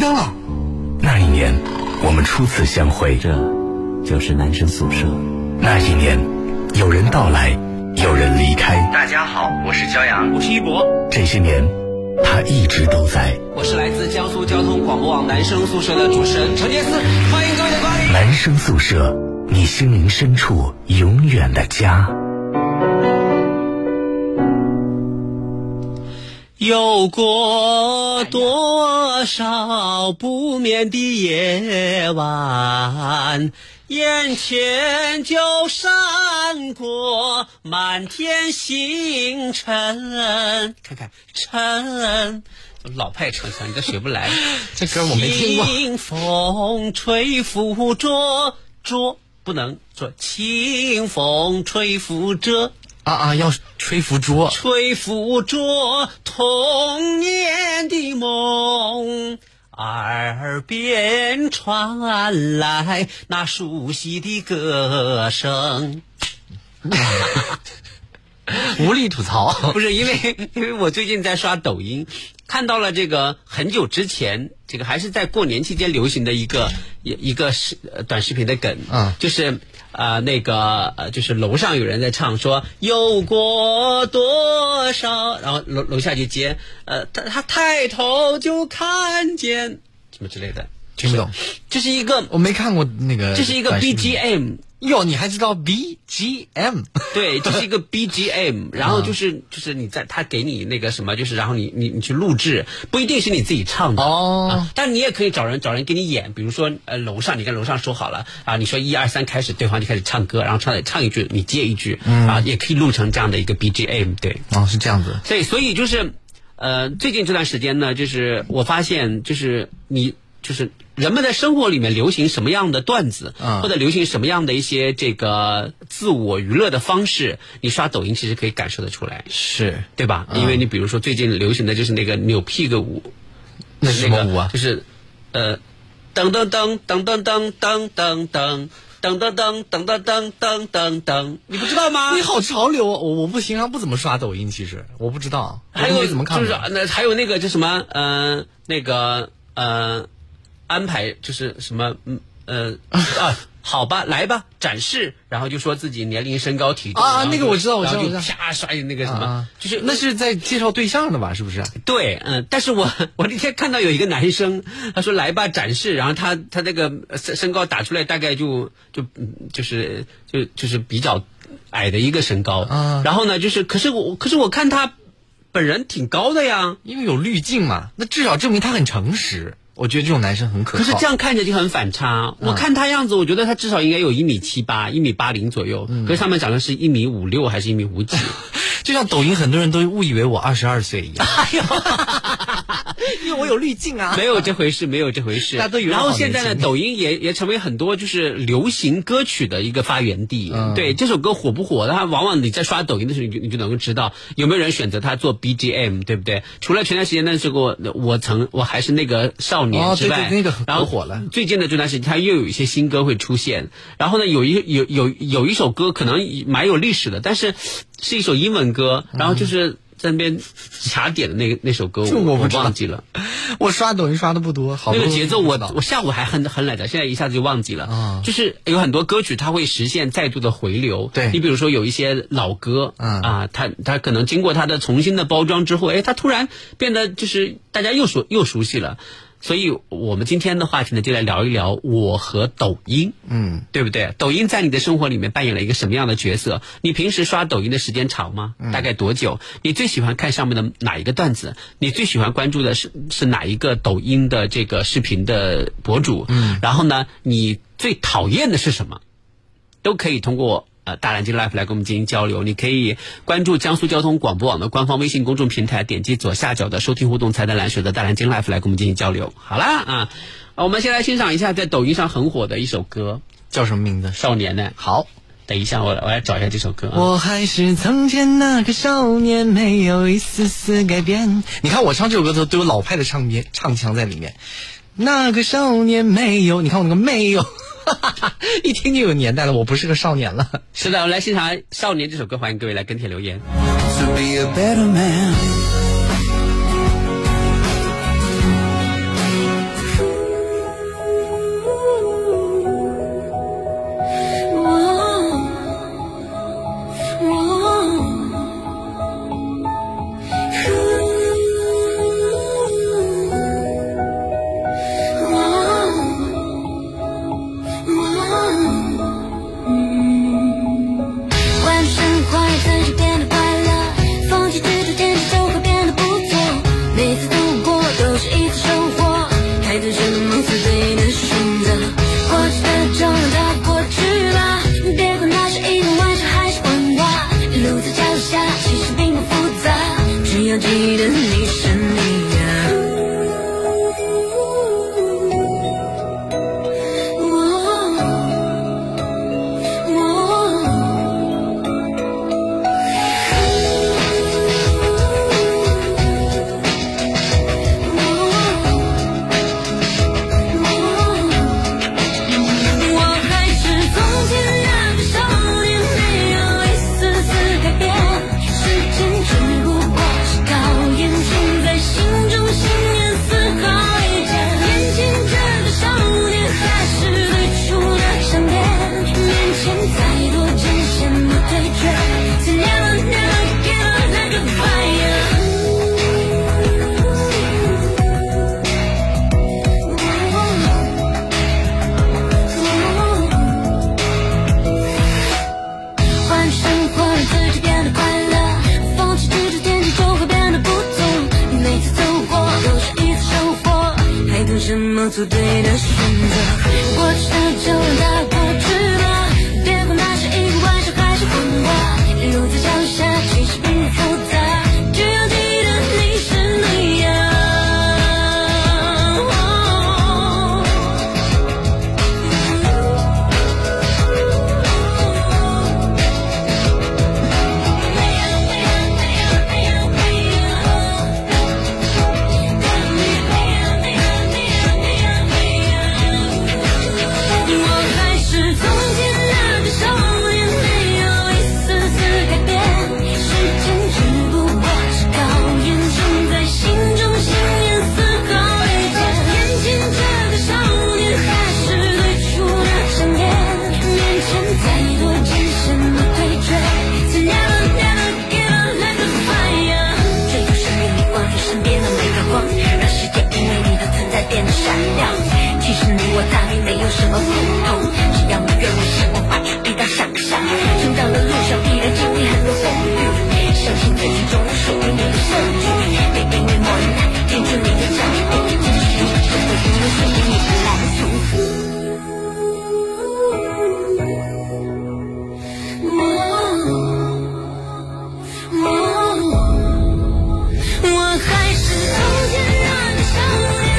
间了。 那一年，我们初次相会， 这就是男生宿舍。 那一年，有人到来，有人离开。 大家好，我是骄阳， 我是一博。 这些年，他一直都在。 我是来自江苏交通广播网男生宿舍的主持人陈杰斯，欢迎各位的光临。 男生宿舍，你心灵深处永远的家。 有过多少不眠的夜晚，眼前就闪过满天星辰。看看晨，老派唱腔，你这学不来。 这歌我没听过。 清风吹拂着，不能说清风吹拂着。 要吹拂着， 吹拂着童年的梦，耳边传来那熟悉的歌声。 无力吐槽。 不是因为我最近在刷抖音，看到了这个很久之前，这个还是在过年期间流行的一个短视频的梗，就是就是楼上有人在唱说有过多少，然后楼下就接他抬头就看见什么之类的， 听不懂。 这是一个我没看过那个， 这是一个 BGM。 哟，你还知道 BGM？ 对，这是一个 BGM， 然后就是你在他给你那个什么，就是然后你去录制，不一定是你自己唱的但你也可以找人给你演，比如说楼上你跟楼上说好了你说1、2、3开始，对方就开始唱歌，然后唱一句，你接一句，也可以录成这样的一个 BGM， 对， 是这样子。 所以就是最近这段时间呢，就是我发现就是人们在生活里面流行什么样的段子，或者流行什么样的一些这个自我娱乐的方式，你刷抖音其实可以感受得出来， 是对吧？因为你比如说最近流行的就是那个扭屁股舞， 那是什么舞啊？ 就是噔噔噔噔噔噔噔噔噔。噔噔噔噔噔噔噔噔噔，你不知道吗？ 你好潮流啊！我不平常不怎么刷抖音，其实我不知道。 还有怎么看？ 就是还有那个叫什么安排就是什么好吧，来吧，展示，然后就说自己年龄、身高、体重那个我知道， 然后就啪刷那个什么，就是那是在介绍对象的吧？是不是？ 对，但是我那天看到有一个男生，他说来吧展示，然后他那个身高打出来大概就是比较矮的一个身高，然后呢可是我看他本人挺高的呀， 因为有滤镜嘛，那至少证明他很诚实。我觉得这种男生很可靠。 可是这样看着就很反差。我看他样子，我觉得他至少应该有1.78米、1.80米左右。可是上面讲的是1.56米还是1.5米几？ 就像抖音很多人都误以为我22岁一样。哎呦，因为我有滤镜啊。 没有这回事，没有这回事。然后现在呢，抖音也成为很多就是流行歌曲的一个发源地。对，这首歌火不火，它往往你在刷抖音的时候，你就能够知道有没有人选择它做 BGM， 对不对？除了前段时间那时候我还是那个少年之外， 对，那个很火了。 最近的这段时间，它又有一些新歌会出现。然后呢，有一首歌可能蛮有历史的，但是是一首英文歌，然后就是在那边卡点的那首歌，我忘记了。 我刷抖音刷的不多，好多那个节奏我下午还很来的，现在一下子就忘记了。就是有很多歌曲它会实现再度的回流。 对， 你比如说有一些老歌，它可能经过它的重新的包装之后，它突然变得就是大家又熟悉了。所以我们今天的话题呢，就来聊一聊我和抖音，对不对？抖音在你的生活里面扮演了一个什么样的角色？你平时刷抖音的时间长吗？大概多久？你最喜欢看上面的哪一个段子？你最喜欢关注的是哪一个抖音的这个视频的博主？然后呢，你最讨厌的是什么？都可以通过大蓝鲸 Life 来跟我们进行交流。你可以关注江苏交通广播网的官方微信公众平台，点击左下角的收听互动菜单栏，选择大蓝鲸 Life 来跟我们进行交流。好啦我们先来欣赏一下在抖音上很火的一首歌， 叫什么名字？ 少年呢？ 好， 等一下我来找一下这首歌。 我还是从前那个少年，没有一丝丝改变。你看我唱这首歌都有老派的唱腔在里面。那个少年没有，你看我那个没有。一听就有年代了，我不是个少年了。 是的，我们来欣赏《少年》这首歌，欢迎各位来跟帖留言。 To be a better man. 做对的选择。过去的就让它过去吧，别管那是一个玩笑还是谎话，路在脚下其实并不复杂，只要记得你是你呀。我大并没有什么不同，只要你愿为生活画出一道想象。成长的路上必然经历很多风雨，相信最终有属于你的胜局。别因为磨难停住你的脚步，继续就会拥有属于你的蓝图。我还是从前那个少年。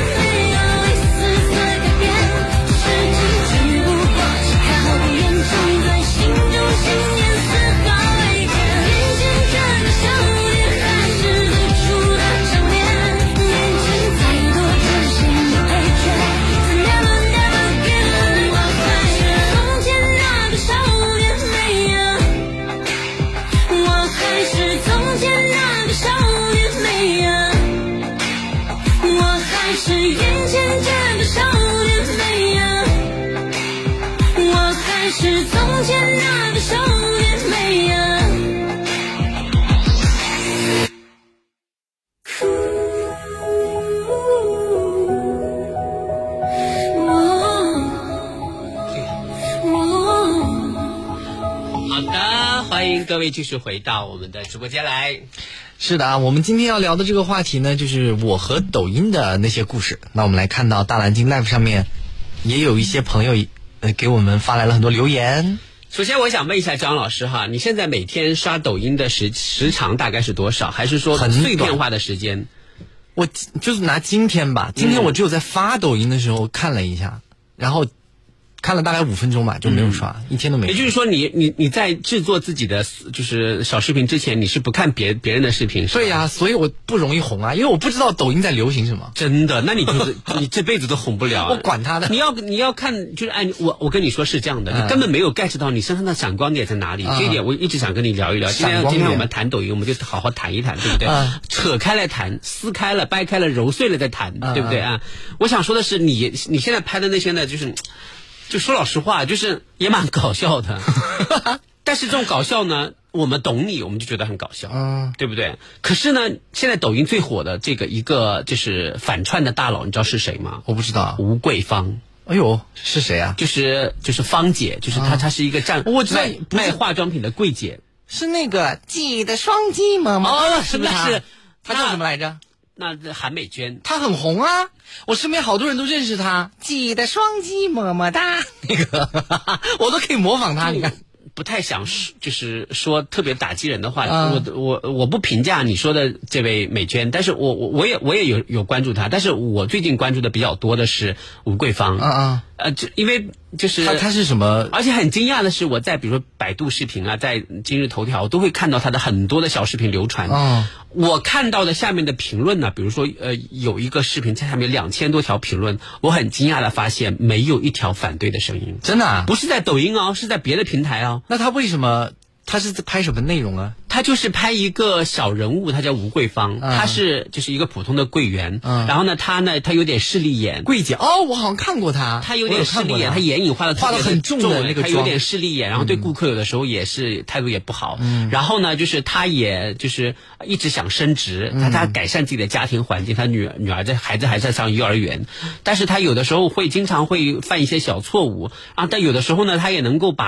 各位继续回到我们的直播间来。 是的啊，我们今天要聊的这个话题呢，就是我和抖音的那些故事。那我们来看到大蓝鲸 Live 上面也有一些朋友给我们发来了很多留言。 首先我想问一下张老师哈，你现在每天刷抖音的时长大概是多少？还是说碎片化的时间？ 我就是拿今天吧，今天我只有在发抖音的时候看了一下，然后看了大概5分钟吧，就没有刷，一天都没有。 也就是说你在制作自己的就是小视频之前，你是不看别人的视频？ 对呀，所以我不容易红啊，因为我不知道抖音在流行什么。 真的？那你就是你这辈子都红不了。 我管他的。 你要看，就是我跟你说是这样的，你根本没有 get 到你身上的闪光点在哪里。这一点我一直想跟你聊一聊。今天我们谈抖音，我们就好好谈一谈，对不对？扯开来谈，撕开了、掰开了、揉碎了再谈，对不对啊？我想说的是，你现在拍的那些呢，就说老实话，就是也蛮搞笑的，但是这种搞笑呢，我们懂你，我们就觉得很搞笑，对不对？可是呢，现在抖音最火的这个一个就是反串的大佬，你知道是谁吗？ 我不知道。 吴桂芳。 哎呦，是谁啊？ 就是芳姐，就是她是一个我知道卖化妆品的柜姐， 是那个记得双击吗？ 哦，是不是？ 她叫什么来着？ 那韩美娟， 她很红啊，我身边好多人都认识她。记得双击么么哒，那个我都可以模仿她。你看， 不太想就是说特别打击人的话，我不评价你说的这位美娟，但是我也有关注她，但是我最近关注的比较多的是吴桂芳。因为就是他是什么？ 而且很惊讶的是，我在比如说百度视频啊，在今日头条都会看到他的很多的小视频流传。我看到的下面的评论呢，比如说有一个视频在下面2000多条评论，我很惊讶的发现没有一条反对的声音。 真的啊？ 不是在抖音哦，是在别的平台哦。 那他为什么？他是拍什么内容啊？ 他就是拍一个小人物，他叫吴桂芳，他是就是一个普通的柜员，然后呢，他有点势利眼， 柜姐哦，我好像看过他， 他有点势利眼，他眼影画的很重的那个妆， 他有点势利眼，然后对顾客有的时候也是态度也不好，然后呢，就是他也就是一直想升职，他改善自己的家庭环境，他女儿的孩子还在上幼儿园，但是他有的时候经常会犯一些小错误啊，但有的时候呢，他也能够把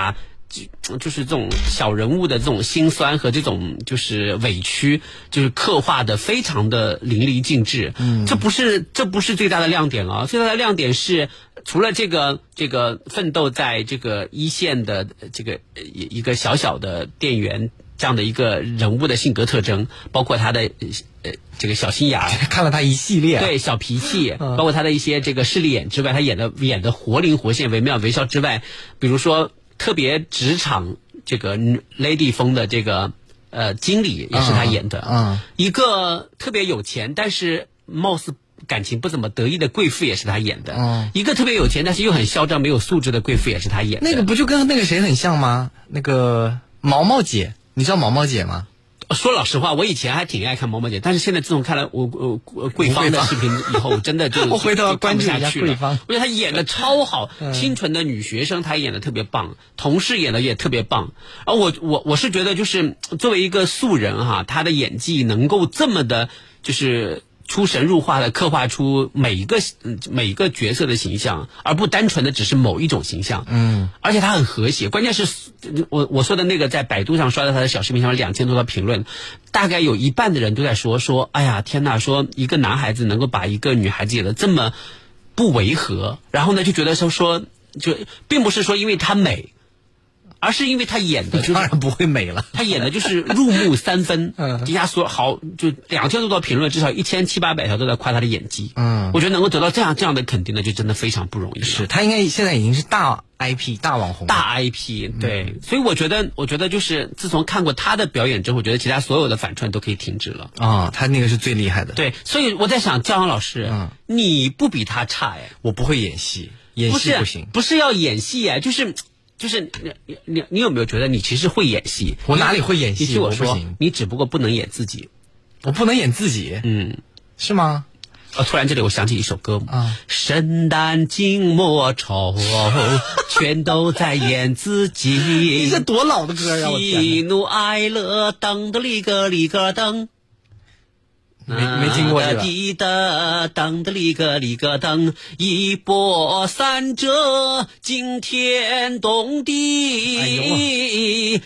就是这种小人物的这种辛酸和这种就是委屈，就是刻画的非常的淋漓尽致。这不是最大的亮点啊，最大的亮点是除了这个奋斗在这个一线的这个一个小小的店员这样的一个人物的性格特征，包括他的这个小心眼儿， 看了他一系列对小脾气，包括他的一些这个势利眼之外，他演的活灵活现、惟妙惟肖之外，比如说特别职场这个 lady 风的这个经理也是他演的，一个特别有钱但是貌似感情不怎么得意的贵妇也是他演的，一个特别有钱但是又很嚣张没有素质的贵妇也是他演的。 那个不就跟那个谁很像吗？那个毛毛姐，你知道毛毛姐吗？ 说老实话，我以前还挺爱看毛毛姐，但是现在自从看了桂芳的视频以后，真的就我回头要关注一下桂芳。 我觉得她演的超好，清纯的女学生她演的特别棒，同事演的也特别棒。而我是觉得，就是作为一个素人哈，她的演技能够这么的，就是出神入化的刻画出每一个角色的形象，而不单纯的只是某一种形象。而且他很和谐，关键是我说的那个在百度上刷到他的小视频上2000多条评论，大概有一半的人都在说哎呀天哪，说一个男孩子能够把一个女孩子演得这么不违和，然后呢就觉得说就并不是说因为她美，而是因为他演的当然不会美了， 他演的就是入木三分。底下说好就2000多条评论，至少1700-800条都在夸他的演技。我觉得能够得到这样的肯定的，就真的非常不容易了。 是他应该现在已经是大 IP 大网红大 IP 对，所以我觉得就是自从看过他的表演之后，我觉得其他所有的反串都可以停止了他那个是最厉害的。 对，所以我在想，焦阳老师，你不比他差哎。 我不会演戏，演戏不行， 不是要演戏哎，就是你有没有觉得你其实会演戏？ 我哪里会演戏？ 你听我说，你只不过不能演自己。 我不能演自己？是吗？ 突然这里我想起一首歌圣诞静默愁，全都在演自己。 你这多老的歌呀！ 喜怒哀乐，噔的里个里个噔。 没听过这个。 滴的噔的里个里个噔，一波三折，惊天动地。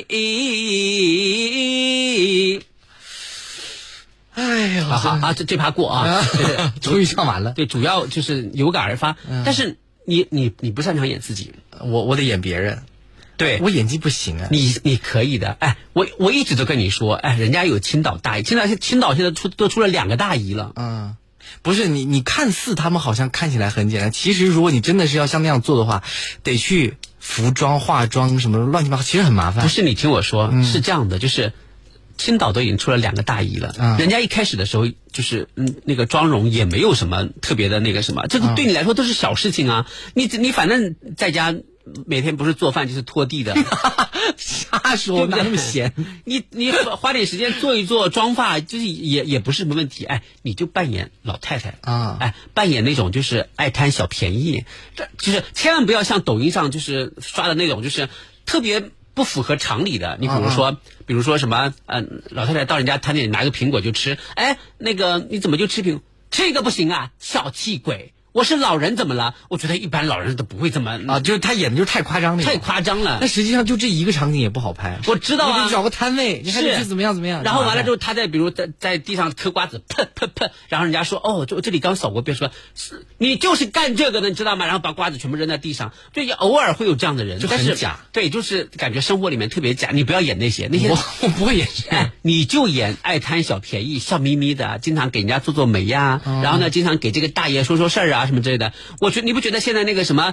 哎呦， 好这趴过啊， 终于唱完了。 对，主要就是有感而发。但是你不擅长演自己， 我得演别人。 对， 我演技不行啊。 你可以的。哎，我一直都跟你说，人家有青岛大姨，青岛现在都出了2个大姨了。 不是你看似他们好像看起来很简单，其实如果你真的是要像那样做的话，得去服装、化妆什么乱七八糟，其实很麻烦。 不是，你听我说，是这样的，就是青岛都已经出了2个大姨了，人家一开始的时候就是那个妆容也没有什么特别的那个什么，这个对你来说都是小事情啊。你反正在家每天不是做饭就是拖地的， 瞎说，哪那么闲？ 你花点时间做一做妆发，就是也不是什么问题。哎，你就扮演老太太扮演那种就是爱贪小便宜，就是千万不要像抖音上就是刷的那种，就是特别不符合常理的。你比如说什么老太太到人家摊点拿个苹果就吃，那个你怎么就吃苹果？这个不行啊，小气鬼！我是老人怎么了？我觉得一般老人都不会这么就是他演的就是太夸张了， 太夸张了。 那实际上就这一个场景也不好拍。 我知道啊， 你找个摊位，你还得去怎么样。 然后完了之后，他比如在地上嗑瓜子，砰砰砰，然后人家说这里刚扫过遍，说你就是干这个的，你知道吗？然后把瓜子全部扔在地上，就偶尔会有这样的人， 就很假。 对，就是感觉生活里面特别假。你不要演那些， 我不会演。 你就演爱贪小便宜、笑眯眯的，经常给人家做媒呀，然后呢，经常给这个大爷说事儿啊什么之类的。你不觉得现在那个什么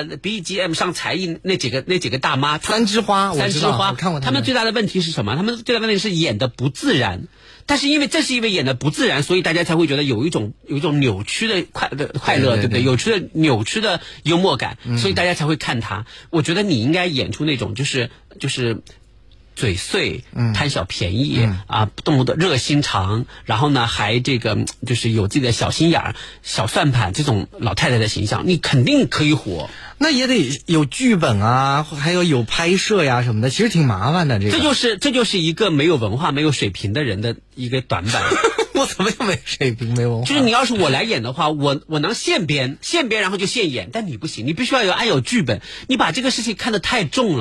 BGM 上才艺那几个大妈三枝花， 我看过他们最大的问题是什么？他们最大的问题是演的不自然。但是因为演的不自然，所以大家才会觉得有一种扭曲的快乐，对不对？扭曲的幽默感，所以大家才会看他。我觉得你应该演出那种就是嘴碎，贪小便宜动不动热心肠，然后呢还这个就是有自己的小心眼儿、小算盘，这种老太太的形象，你肯定可以火。 那也得有剧本啊，还有拍摄呀什么的，其实挺麻烦的。 这就是一个没有文化、没有水平的人的一个短板。 我怎么又没水平、没文化？ 就是你要是我来演的话，我能现编，然后就现演，但你不行，你必须要有剧本，你把这个事情看得太重了。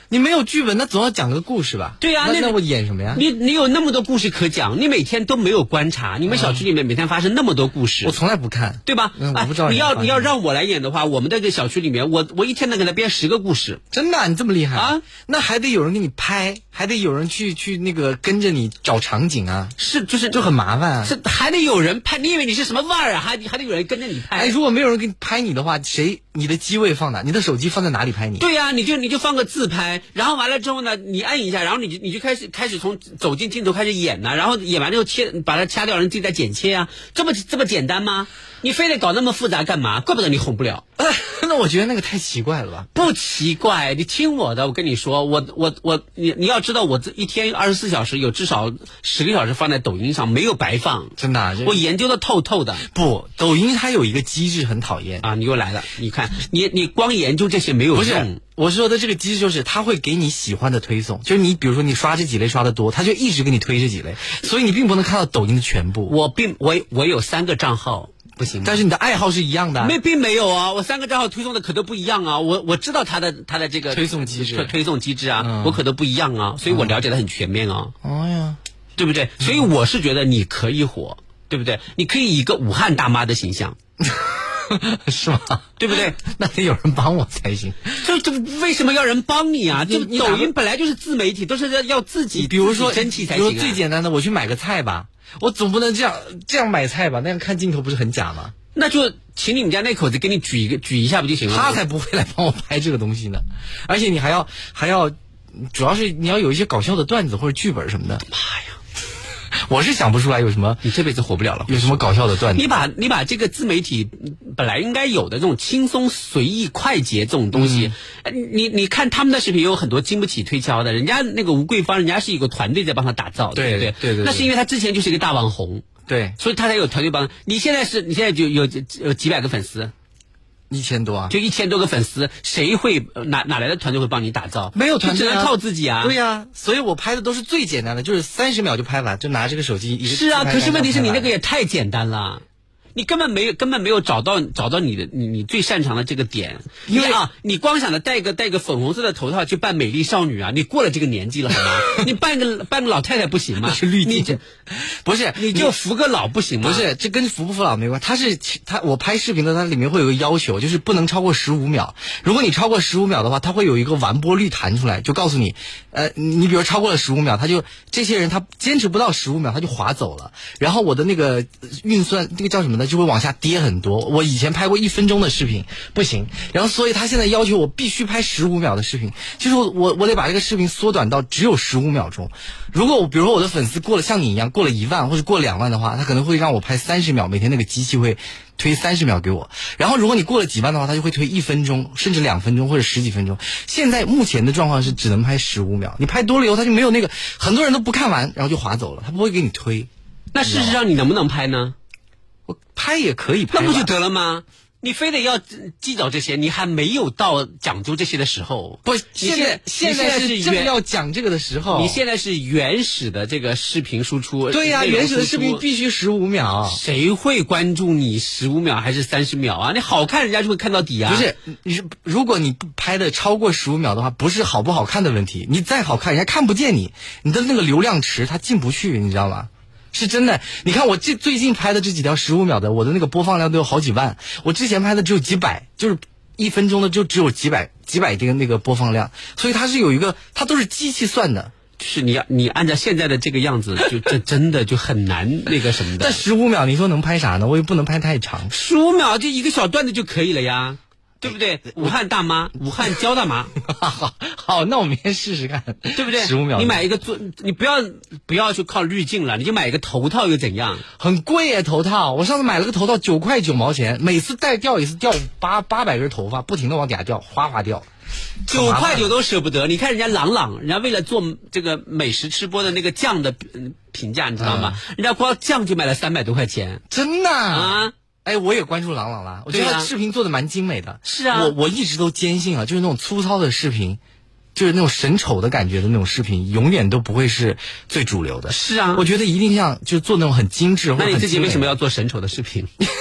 你没有剧本，那总要讲个故事吧？ 对呀， 那我演什么呀？ 你有那么多故事可讲，你每天都没有观察，你们小区里面每天发生那么多故事， 我从来不看， 对吧？ 我不知道。 你要让我来演的话，我们这个小区里面，我一天能给他编10个故事。 真的，你这么厉害啊？ 那还得有人给你拍，还得有人去那个跟着你找场景啊，就很麻烦啊。 是还得有人拍，你以为你是什么腕儿啊？还得有人跟着你拍。 哎，如果没有人给你拍你的话，你的机位放哪？你的手机放在哪里拍你？ 对呀，你就放个自拍，然后完了之后呢，你按一下，然后你就开始从走进镜头开始演呢，然后演完之后把它掐掉，人自己再剪切啊，这么简单吗？你非得搞那么复杂干嘛？怪不得你红不了。 那我觉得那个太奇怪了吧？ 不奇怪，你听我的，我跟你说，你要知道，我一天24小时有至少10个小时放在抖音上，没有白放， 真的啊， 我研究的透透的。 不，抖音它有一个机制很讨厌啊！你又来了，你看，你光研究这些没有用。 不是，我说的这个机制就是它会给你喜欢的推送，就是你比如说你刷这几类刷的多，它就一直给你推这几类，所以你并不能看到抖音的全部。 我有3个账号。不行， 但是你的爱好是一样的。 并没有啊，我3个账号推送的可都不一样啊。我知道它的这个推送机制啊，我可都不一样啊，所以我了解的很全面啊。 哎呀， 对不对？所以我是觉得你可以火，对不对？你可以以一个武汉大妈的形象。 是吗？ 对不对？ 那得有人帮我才行。 这为什么要人帮你啊？就抖音本来就是自媒体，都是要自己， 比如说争气才行。 比如最简单的，我去买个菜吧，我总不能这样买菜吧？那样看镜头不是很假吗？ 那就请你们家那口子给你举一下不就行了？ 他才不会来帮我拍这个东西呢。而且你还要，主要是你要有一些搞笑的段子或者剧本什么的。 妈呀！ 我是想不出来有什么， 你这辈子活不了了。 有什么搞笑的段子？ 你把这个自媒体本来应该有的这种轻松随意快捷这种东西，你看他们的视频有很多经不起推敲的，人家那个吴桂芳，人家是有个团队在帮他打造，对不对？ 对。 那是因为他之前就是一个大网红， 对， 所以他才有团队帮。你现在就有几百个粉丝。 1000多啊， 就1000多个粉丝，谁会哪来的团队会帮你打造？ 没有团队， 只能靠自己啊。 对呀，所以我拍的都是最简单的，就是30秒就拍完，就拿这个手机一个。 是啊，可是问题是你那个也太简单了。你根本没有找到你最擅长的这个点，因为你光想着戴个粉红色的头套去扮美丽少女啊，你过了这个年纪了好吗？你扮个老太太不行吗？ 是滤镜，不是你就服个老不行吗？ 不是，这跟服不服老没关系。我拍视频的，它里面会有个要求，就是不能超过15秒。如果你超过15秒的话，它会有一个完播率弹出来，就告诉你，你比如超过了15秒，这些人他坚持不到15秒，他就划走了。然后我的那个运算，那个叫什么呢？就会往下跌很多。我以前拍过1分钟的视频不行，然后所以他现在要求我必须拍15秒的视频，就是我得把这个视频缩短到只有15秒钟。如果比如说我的粉丝过了像你一样过了1万或者过了2万的话，他可能会让我拍30秒，每天那个机器会推30秒给我。然后如果你过了几万的话，他就会推1分钟甚至2分钟或者10几分钟。现在目前的状况是只能拍15秒，你拍多了以后他就没有那个，很多人都不看完然后就划走了，他不会给你推。 那事实上你能不能拍呢？ 我拍也可以拍， 那不就得了吗？你非得要计较这些，你还没有到讲究这些的时候。 不，现在是正要讲这个的时候。 你现在是原始的这个视频输出。 对呀，原始的视频必须15秒。 谁会关注你15秒还是30秒啊？你好看人家就会看到底啊。 不是，如果你拍的超过15秒的话，不是好不好看的问题，你再好看人家看不见你，你的那个流量池它进不去，你知道吗？是真的，你看我最近拍的这几条15秒的，我的那个播放量都有好几万。我之前拍的只有几百，就是1分钟的就只有几百这个那个播放量，所以它是有一个，它都是机器算的。 就是你按照现在的这个样子，就这真的就很难那个什么的。 但15秒你说能拍啥呢？我也不能拍太长 ，15秒就一个小段子就可以了呀。对不对？武汉大妈，武汉焦大妈， 好，那我明天试试看， 对不对 ？15秒， 你买一个你不要去靠滤镜了，你就买一个头套又怎样？ 很贵耶，头套！我上次买了个头套，9块9毛钱，每次掉一次掉800根头发，不停的往底下掉，哗哗掉 ，9块9都舍不得。你看人家朗，人家为了做这个美食吃播的那个酱的评价，你知道吗？人家光酱就卖了300多块钱， 真的啊！ 哎，我也关注朗啦，我觉得他视频做的蛮精美的。 是啊， 我一直都坚信啊，就是那种粗糙的视频，就是那种神丑的感觉的那种视频，永远都不会是最主流的。 是啊， 我觉得一定像就是做那种很精致或者很精美。 那你自己为什么要做神丑的视频？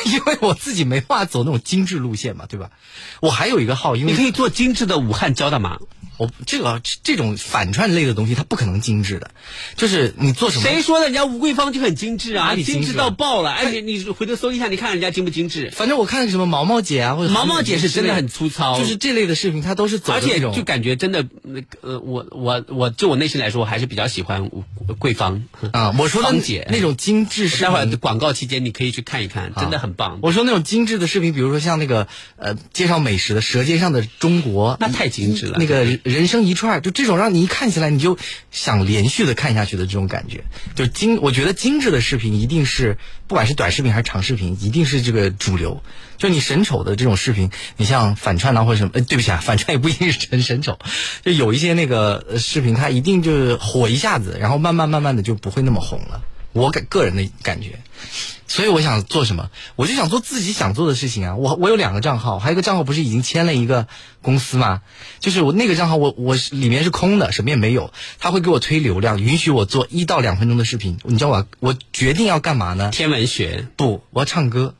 因为我自己没办法走那种精致路线嘛，对吧？我还有一个号，因为你可以做精致的武汉胶大麻。 这种反串类的东西，它不可能精致的，就是你做什么？ 谁说的？人家吴桂芳就很精致啊，精致到爆了！ 哎， 你回头搜一下，你看人家精不精致？ 反正我看什么毛毛姐啊，或者毛毛姐是真的很粗糙， 就是这类的视频，它都是走的那种， 而且就感觉真的，我内心来说，我还是比较喜欢桂芳啊。我说芳姐那种精致视频， 待会儿广告期间你可以去看一看，真的很棒。 我说那种精致的视频，比如说像那个介绍美食的《舌尖上的中国》， 那太精致了。 那个人生一串，就这种让你一看起来你就想连续的看下去的这种感觉，我觉得精致的视频一定是，不管是短视频还是长视频，一定是这个主流。就你神丑的这种视频，你像反串啊或者什么，对不起啊，反串也不一定是神丑，就有一些那个视频，它一定就是火一下子，然后慢慢的就不会那么红了。我个人的感觉。所以我想做什么？我就想做自己想做的事情啊！我有2个账号，还有一个账号不是已经签了一个公司吗？就是我那个账号我里面是空的，什么也没有，他会给我推流量，允许我做1到2分钟的视频。你知道我决定要干嘛呢？ 天文学？ 不，我要唱歌。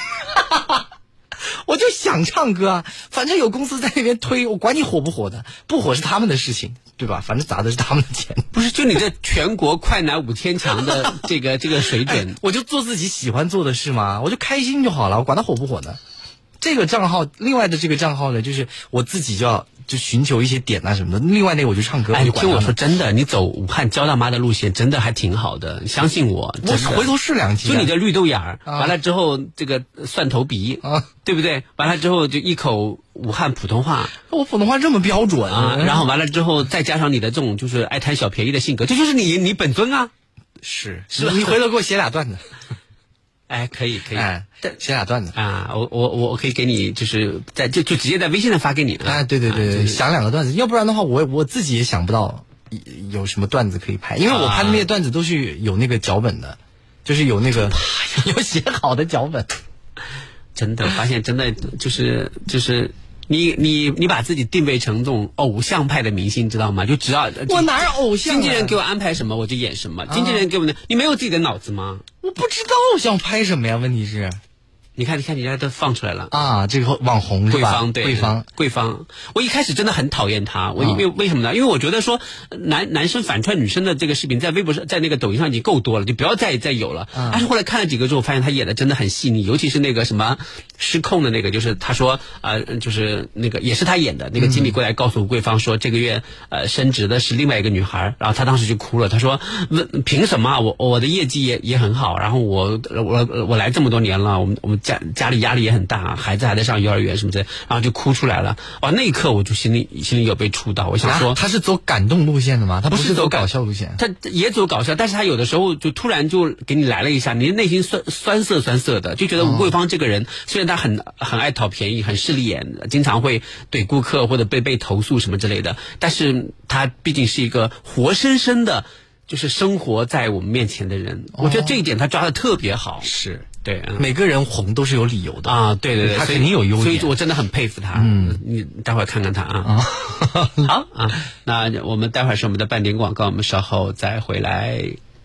我就想唱歌啊，反正有公司在那边推，我管你火不火的，不火是他们的事情，对吧？反正砸的是他们的钱。 不是，就你这全国快男5000强的这个水准， 我就做自己喜欢做的事嘛，我就开心就好了，我管他火不火呢。这个账号，另外的这个账号呢，就是我自己就寻求一些点啊什么的。另外那个我就唱歌。 哎，你听我说，真的，你走武汉焦大妈的路线，真的还挺好的，相信我。 我回头试2集。 就你这绿豆眼儿，完了之后这个蒜头鼻，对不对？完了之后就一口武汉普通话， 我普通话这么标准啊！然后完了之后再加上你的这种就是爱贪小便宜的性格，这就是你本尊啊！ 是你回头给我写2段子。 哎，可以， 哎，写2段子啊！我可以给你，就是就直接在微信上发给你。 哎，对，想2个段子，要不然的话，我自己也想不到有什么段子可以拍，因为我拍的那些段子都是有那个脚本的，就是有那个有写好的脚本。 真的发现，真的就是你把自己定位成这种偶像派的明星，知道吗？就只要我哪有偶像？ 经纪人给我安排什么我就演什么，经纪人给我你没有自己的脑子吗？ 我不知道我想拍什么呀，问题是。 你看，人家都放出来了啊！这个网红是吧？ 桂芳，我一开始真的很讨厌她，因为为什么呢？因为我觉得说男生反串女生的这个视频在微博上，在那个抖音上已经够多了，就不要再有了。但是后来看了几个之后，发现她演的真的很细腻，尤其是那个什么失控的那个，就是她说就是那个也是她演的那个经理过来告诉桂芳说，这个月升职的是另外一个女孩，然后她当时就哭了，她说凭什么我的业绩也很好，然后我来这么多年了，我们家里压力也很大，孩子还在上幼儿园什么的，然后就哭出来了。哇，那一刻我就心里有被触到。我想说， 他是走感动路线的吗？他不是走搞笑路线。 他也走搞笑，但是他有的时候就突然就给你来了一下，你的内心酸涩的，就觉得吴桂芳这个人，虽然他很爱讨便宜，很势利眼，经常会怼顾客或者被投诉什么之类的，但是他毕竟是一个活生生的，就是生活在我们面前的人。我觉得这一点他抓得特别好。 是。 对， 每个人红都是有理由的啊！对， 他肯定有优点， 所以我真的很佩服他。你待会儿看看他啊。好啊，那我们待会儿是我们的半点广告，我们稍后再回来。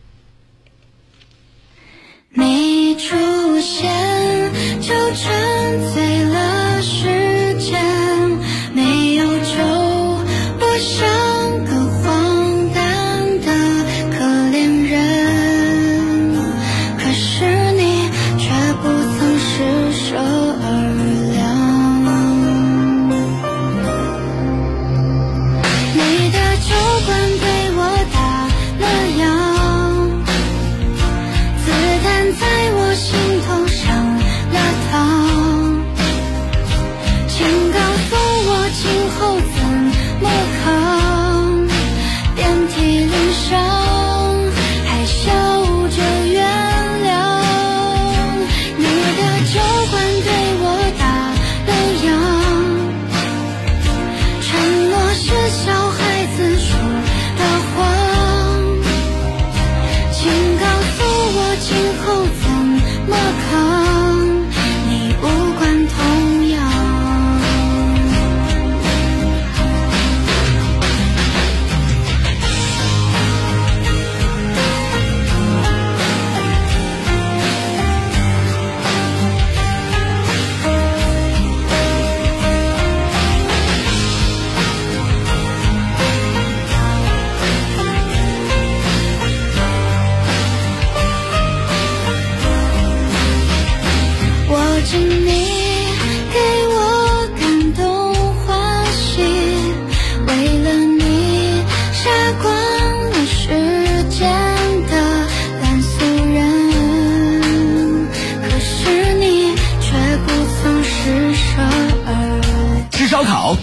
你出现就沉醉了时间，没有就我像个荒诞的可怜人，可是你却不曾施舍而凉。你的酒馆被我打了烊，子弹在我心头上了膛，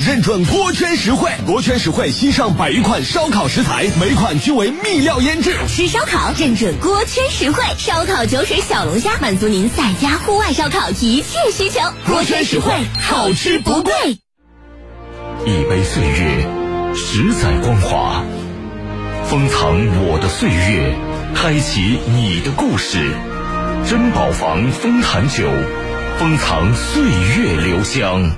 认准锅圈实惠。锅圈实惠新上100余款烧烤食材，每款均为秘料腌制。 吃烧烤认准锅圈实惠，烧烤酒水小龙虾满足您在家户外烧烤一切需求。锅圈实惠，好吃不贵。 一杯岁月，10载光华，封藏我的岁月，开启你的故事。珍宝坊丰坛酒，封藏岁月留香。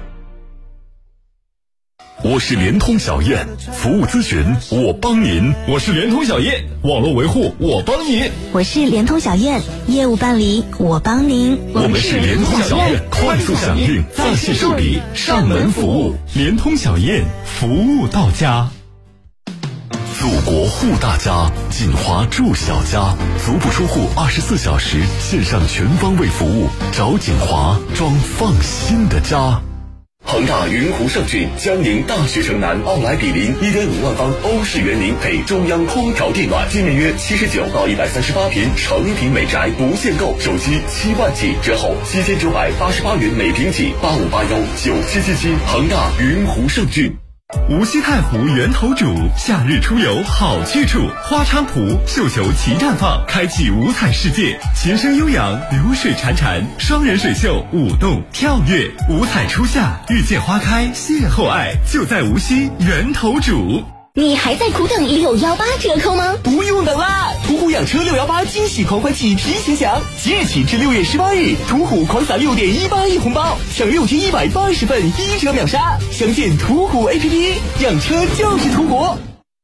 我是联通小燕，服务咨询我帮您。 我是联通小燕，网络维护我帮你。 我是联通小燕，业务办理我帮您。 我们是联通小燕，快速响应，在线受理，上门服务。 联通小燕，服务到家。 祖国护大家，锦华住小家，足不出户24小时线上全方位服务，找锦华装放心的家。恒大云湖盛骏江宁大学城南奥莱比邻1.5万方欧式园林配中央空调地暖，今年约79到138平成品美宅，不限购，手机7万起，折后7988元每平起，85819777。恒大云湖盛骏。 无锡太湖源头渚，夏日出游好去处。花菖蒲、绣球齐绽放，开启五彩世界。琴声悠扬，流水潺潺，双人水袖舞动跳跃。五彩初夏，遇见花开，邂逅爱，就在无锡源头渚。 你还在苦等618折扣吗？ 不用等啦！途虎养车618惊喜狂欢季提前享，即日起至6月18日，途虎狂撒6.18亿红包，享6180份1折秒杀。详见途虎 APP， 养车就是途虎。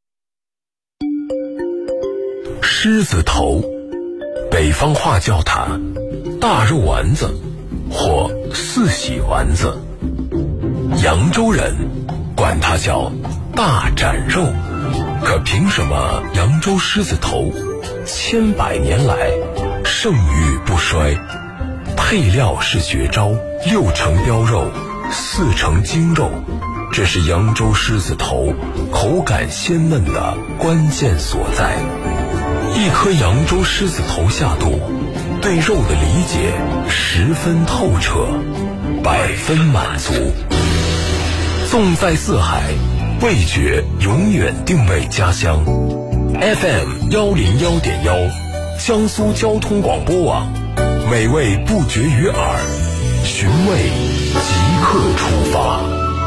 狮子头，北方话叫它大肉丸子或四喜丸子，扬州人管它叫大斩肉。可凭什么扬州狮子头千百年来盛誉不衰？配料是绝招，6成膘肉，4成精肉，这是扬州狮子头口感鲜嫩的关键所在。一颗扬州狮子头下肚，对肉的理解10分透彻，100分满足。纵在四海，味觉永远定位家乡。FM101.1，江苏交通广播网，美味不绝于耳，寻味即刻出发。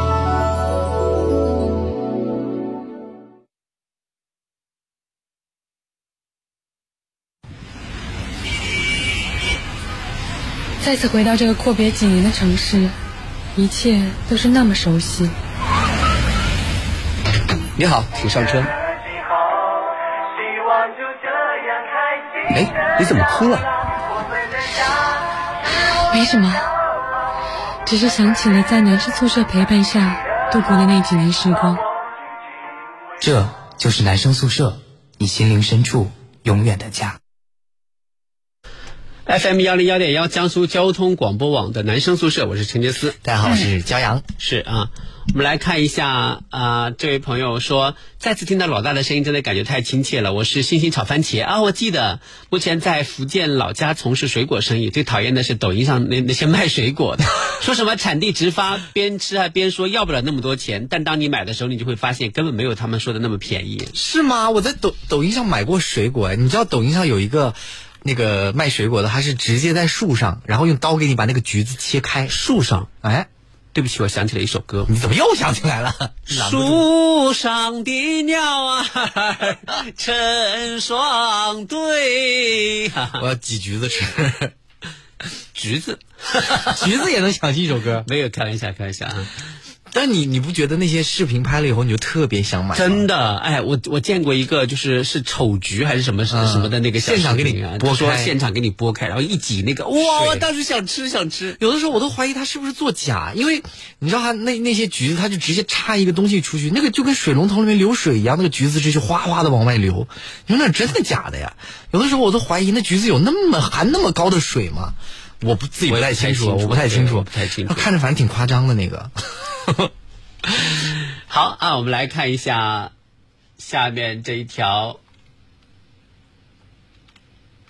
再次回到这个阔别几年的城市，一切都是那么熟悉。 你好，请上车。哎，你怎么哭了？ 没什么，只是想起了在男生宿舍陪伴下度过的那几年时光。 这就是男生宿舍，你心灵深处永远的家。 FM101.1，江苏交通广播网的男生宿舍，我是陈杰斯。 大家好，我是骄阳。 是啊，我们来看一下这位朋友说，再次听到老大的声音，真的感觉太亲切了。我是星星炒番茄啊，我记得目前在福建老家从事水果生意，最讨厌的是抖音上那些卖水果的，说什么产地直发，边吃还边说要不了那么多钱，但当你买的时候，你就会发现根本没有他们说的那么便宜。 是吗？我在抖音上买过水果，你知道抖音上有一个那个卖水果的，他是直接在树上，然后用刀给你把那个橘子切开。 树上？ 哎， 对不起，我想起了一首歌。 你怎么又想起来了？ 树上的鸟儿成双对。 我要挤橘子吃。 橘子也能想起一首歌？ 没有，开玩笑啊。 但你不觉得那些视频拍了以后你就特别想买吗？ 真的，哎，我见过一个是丑橘还是什么什么的那个现场给你剥开， 说现场给你剥开，然后一挤那个，哇！我当时想吃。 有的时候我都怀疑他是不是作假，因为你知道他那些橘子，他就直接插一个东西出去，那个就跟水龙头里面流水一样，那个橘子直接哗哗的往外流。你说那真的假的呀？有的时候我都怀疑那橘子有含那么高的水吗？我不太清楚，我不太清楚，看着反正挺夸张的那个。 好啊，我们来看一下下面这一条。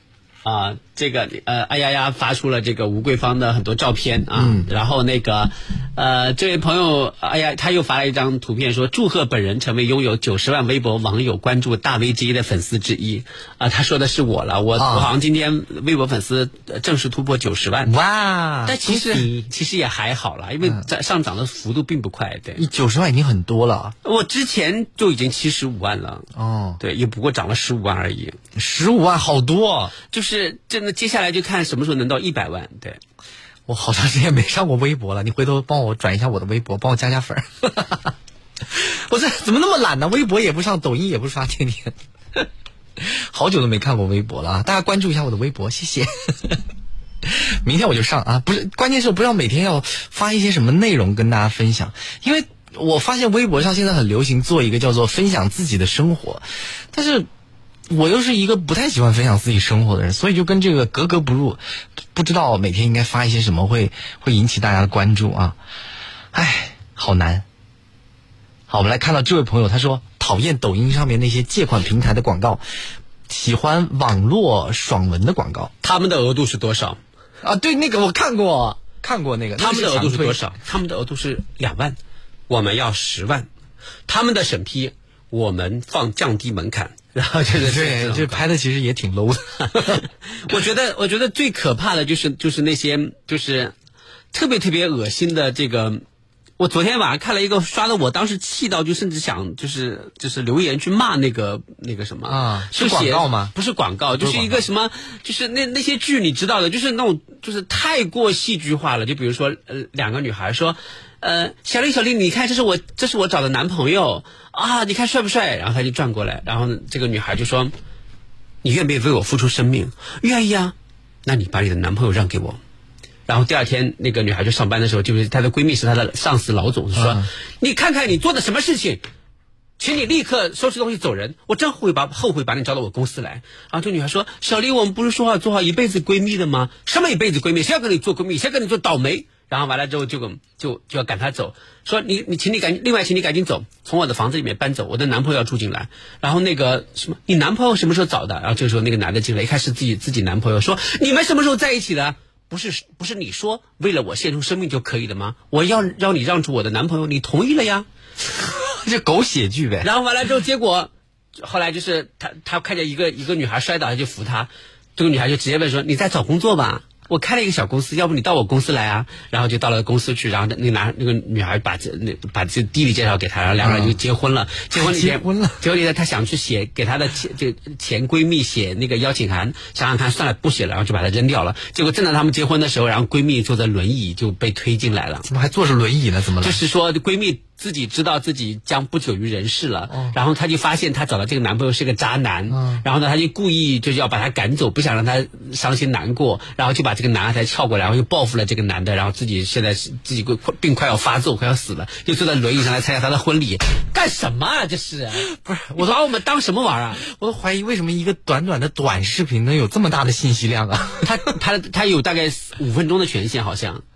这个哎呀呀发出了这个吴桂芳的很多照片啊，然后那个这位朋友哎呀他又发了一张图片说祝贺本人成为拥有90万微博网友关注大 V 之一的粉丝之一他说的是我了，我好像今天微博粉丝正式突破90万哇， 但其实也还好啦，因为上涨的幅度并不快，对， 你90万已经很多了， 我之前就已经75万了对，也不过涨了15万而已 ，15万好多， 就是真的接下来就看什么时候能到100万，对。 我好长时间没上过微博了，你回头帮我转一下我的微博，帮我加粉我这怎么那么懒呢？微博也不上，抖音也不刷，天天好久都没看过微博了啊！大家关注一下我的微博，谢谢明天我就上啊！不是，关键是我不知道每天要发一些什么内容跟大家分享，因为我发现微博上现在很流行做一个叫做分享自己的生活，但是我又是一个不太喜欢分享自己生活的人，所以就跟这个格格不入，不知道每天应该发一些什么会引起大家的关注啊！唉，好难。好，我们来看到这位朋友，他说讨厌抖音上面那些借款平台的广告，喜欢网络爽文的广告。 他们的额度是多少啊？对，那个我看过那个。 他们的额度是多少？他们的额度是2万，我们要10万。他们的审批，我们降低门槛。然后对，这拍的其实也挺 low 的。 我觉得最可怕的就是那些就是特别恶心的这个。我昨天晚上看了一个刷的，我当时气到就甚至想就是留言去骂那个什么啊，是广告吗？ 不是广告，就是一个什么，就是那些剧你知道的，就是那种就是太过戏剧化了。就比如说两个女孩说，小丽，你看这是我找的男朋友啊，你看帅不帅？然后他就转过来，然后这个女孩就说，你愿不愿意为我付出生命？愿意啊，那你把你的男朋友让给我。然后第二天那个女孩就上班的时候，就是她的闺蜜是她的上司老总，说你看看你做的什么事情，请你立刻收拾东西走人，我真后悔把你招到我公司来。然后这女孩说，小丽，我们不是说好做好一辈子闺蜜的吗？什么一辈子闺蜜？谁要跟你做闺蜜？谁要跟你做倒霉？然后完了之后就要赶她走，说请你赶紧走，从我的房子里面搬走，我的男朋友要住进来。然后那个什么，你男朋友什么时候找的？然后这个时候那个男的进来，一开始自己男朋友说，你们什么时候在一起的？不是你说为了我献出生命就可以了吗？我要让你让出我的男朋友，你同意了呀？ 这狗血剧呗。 然后完了之后，结果后来就是他看见一个女孩摔倒，他就扶她，这个女孩就直接问说，你在找工作吧？我开了一个小公司，要不你到我公司来啊？然后就到了公司去，然后那个女孩把这弟弟介绍给他，然后两个人就结婚了。结婚了，结果他想去给他的前闺蜜写那个邀请函，想想看算了不写了，然后就把它扔掉了。结果正当他们结婚的时候，然后闺蜜坐在轮椅就被推进来了。 怎么还坐着轮椅呢？怎么了？ 就是说闺蜜自己知道自己将不久于人世了，然后她就发现她找的这个男朋友是个渣男，然后呢她就故意就是要把他赶走，不想让他伤心难过，然后就把这个男孩撬过来，然后又报复了这个男的，然后自己现在自己病快要发作，快要死了，就坐在轮椅上来参加他的婚礼，干什么啊？这是不是我把我们当什么玩啊？ 我都怀疑为什么一个短短的短视频能有这么大的信息量啊？ 他有大概5分钟的权限，好像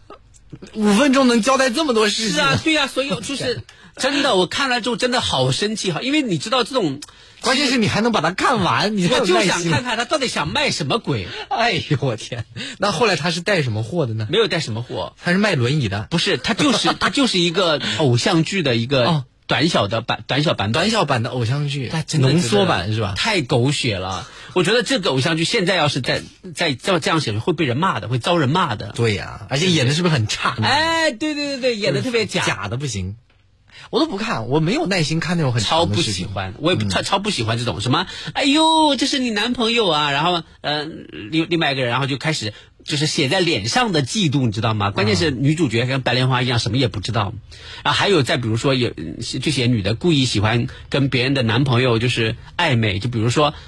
5分钟能交代这么多事情？ 是啊，对啊，所以就是真的，我看了之后真的好生气哈，因为你知道这种， 关键是你还能把它看完， 我就想看看他到底想卖什么鬼。 哎呦我天！那后来他是带什么货的呢？ 没有带什么货， 他是卖轮椅的。 不是，他就是一个偶像剧的一个短小版的偶像剧，浓缩版是吧？ 太狗血了！我觉得这个偶像剧现在要是再这样写，会被人骂的，会遭人骂的。 对呀，而且演的是不是很差？ 哎，对，演的特别假的不行。我都不看，我没有耐心看那种很超不喜欢，我也超不喜欢这种什么，哎呦，这是你男朋友啊，然后另外一个人，然后就开始就是写在脸上的嫉妒，你知道吗？关键是女主角跟白莲花一样，什么也不知道。然后还有再比如说这些女的故意喜欢跟别人的男朋友就是暧昧，就比如说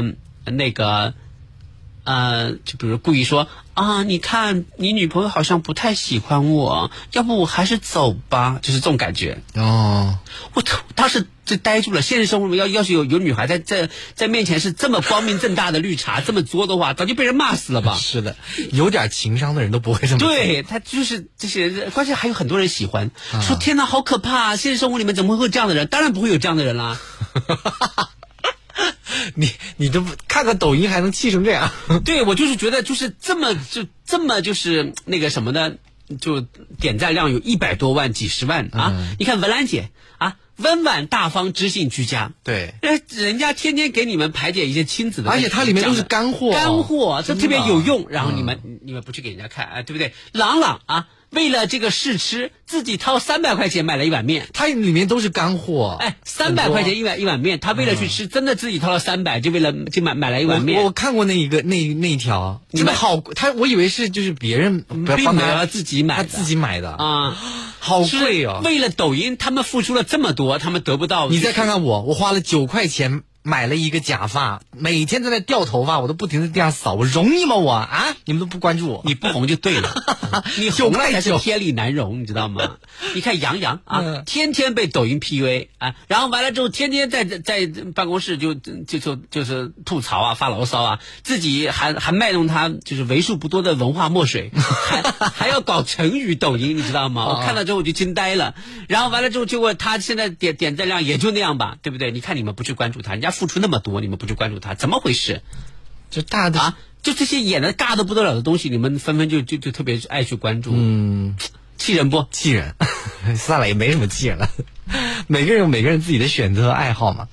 就比如故意说啊，你看你女朋友好像不太喜欢我，要不我还是走吧，就是这种感觉。我当时就呆住了。现实生活中要是有女孩在面前是这么光明正大的绿茶，这么作的话，早就被人骂死了吧。 是的，有点情商的人都不会这么做。 对，他就是这些人，关键还有很多人喜欢，说天哪好可怕，现实生活里面怎么会有这样的人？当然不会有这样的人啦。 你都看个抖音还能气成这样？ 对，我就是觉得就是这么就是那个什么的，就点赞量有100多万、几十万啊！你看文兰姐啊，温婉大方、知性居家， 对， 人家天天给你们排解一些亲子的， 而且它里面都是干货， 这特别有用。然后你们不去给人家看啊，对不对？朗朗啊。为了这个试吃，自己掏300块钱买了一碗面， 它里面都是干货。 300块钱一碗面，他为了去吃，真的自己掏了300，就为了就买了一碗面。 我看过那一条，真的好，我以为是就是别人并没有自己买的， 他自己买的啊， 好贵哦。 为了抖音，他们付出了这么多，他们得不到。 你再看看我花了9块钱。买了一个假发，每天在那掉头发，我都不停的这样扫，我容易吗我啊？你们都不关注我， 你不红就对了，你红了才是天理难容，你知道吗？你看杨洋啊，天天被抖音 PUA 啊，然后完了之后天天在办公室就是吐槽啊，发牢骚啊，自己还卖弄他就是为数不多的文化墨水，还要搞成语抖音，你知道吗？我看到之后我就惊呆了，然后完了之后结果他现在点赞量也就那样吧，对不对？你看你们不去关注他，人家付出那么多，你们不去关注他，怎么回事？ 就大的就这些演的尬的不得了的东西，你们纷纷就特别爱去关注，气人不？ 气人，算了，也没什么气人了。每个人有每个人自己的选择和爱好嘛。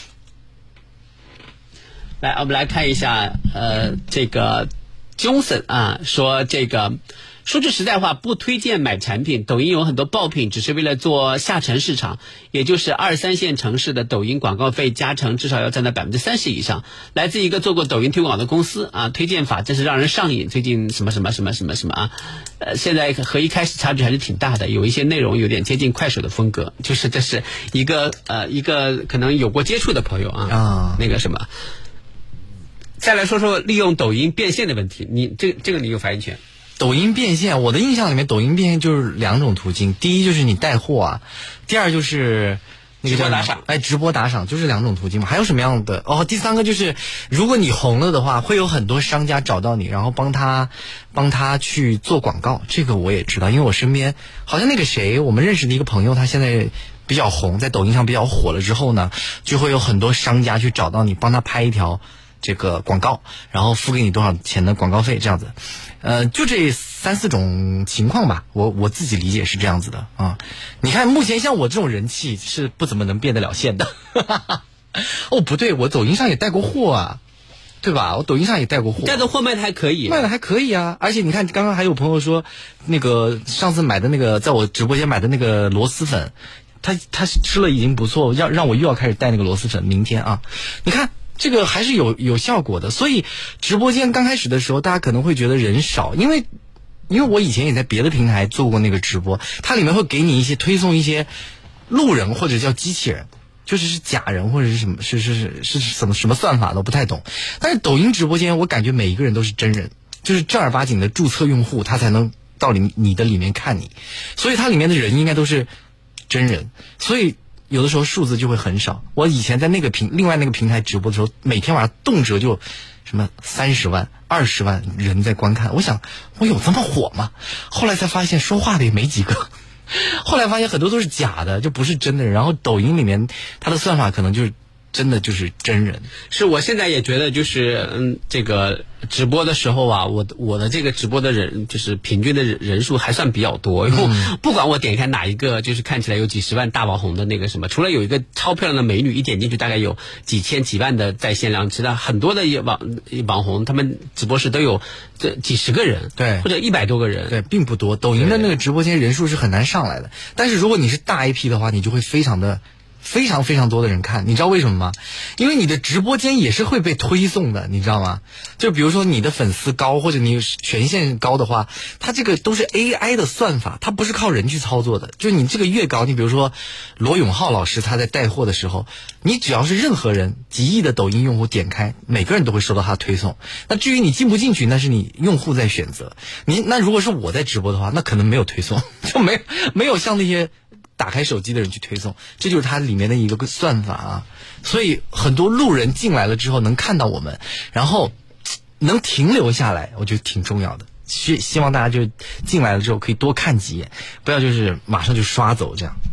来，我们来看一下，这个 Johnson 啊，说这个。说句实在话，不推荐买产品。抖音有很多爆品，只是为了做下沉市场，也就是2、3线城市的抖音广告费加成至少要占到30%以上。来自一个做过抖音推广的公司啊，推荐法真是让人上瘾。最近什么啊，现在和一开始差距还是挺大的，有一些内容有点接近快手的风格。就是这是一个可能有过接触的朋友啊，那个什么。再来说说利用抖音变现的问题，你这个你有发言权。 抖音变现，我的印象里面，抖音变现就是2种途径，第一就是你带货啊，第二就是那个直播打赏。 直播打赏就是2种途径嘛。还有什么样的？第3个就是，如果你红了的话，会有很多商家找到你，然后帮他去做广告。这个我也知道，因为我身边好像那个谁，我们认识的一个朋友，他现在比较红，在抖音上比较火了之后呢，就会有很多商家去找到你，帮他拍一条这个广告，然后付给你多少钱的广告费，这样子。就这3、4种情况吧，我自己理解是这样子的啊。你看，目前像我这种人气是不怎么能变得了线的。不对，我抖音上也带过货啊，对吧？我抖音上也带过货， 带的货卖的还可以， 卖的还可以啊。而且你看，刚刚还有朋友说，那个上次买的那个，在我直播间买的那个螺蛳粉，他吃了已经不错，让我又要开始带那个螺蛳粉，明天啊，你看。这个还是有效果的，所以直播间刚开始的时候，大家可能会觉得人少，因为我以前也在别的平台做过那个直播，它里面会给你一些推送一些路人或者叫机器人，就是假人或者是什么是什么算法的，我不太懂。但是抖音直播间，我感觉每一个人都是真人，就是正儿八经的注册用户，他才能到你的里面看你，所以它里面的人应该都是真人，所以。有的时候数字就会很少。我以前在另外那个平台直播的时候，每天晚上动辄就什么30万、20万人在观看。我想，我有这么火吗？后来才发现说话的也没几个。后来发现很多都是假的，就不是真的人。然后抖音里面它的算法可能就是真的就是真人。 是我现在也觉得就是这个直播的时候啊，我的这个直播的人就是平均的人数还算比较多，因为不管我点开哪一个就是看起来有几十万大网红的那个什么，除了有一个超漂亮的美女，一点进去大概有几千几万的在线量，其他很多的网红他们直播室都有这几十个人， 对， 或者100多个人， 对，并不多。抖音的那个直播间人数是很难上来的，但是如果你是大 IP 的话，你就会非常非常多的人看，你知道为什么吗？因为你的直播间也是会被推送的，你知道吗？就比如说你的粉丝高或者你权限高的话，它这个都是 AI 的算法，它不是靠人去操作的。就是你这个越高，你比如说罗永浩老师他在带货的时候，你只要是任何人几亿的抖音用户点开，每个人都会收到他推送。那至于你进不进去，那是你用户在选择。那如果是我在直播的话，那可能没有推送，就没有像那些打开手机的人去推送，这就是它里面的一个算法啊。所以很多路人进来了之后能看到我们，然后能停留下来，我觉得挺重要的。希望大家就进来了之后可以多看几眼，不要就是马上就刷走这样。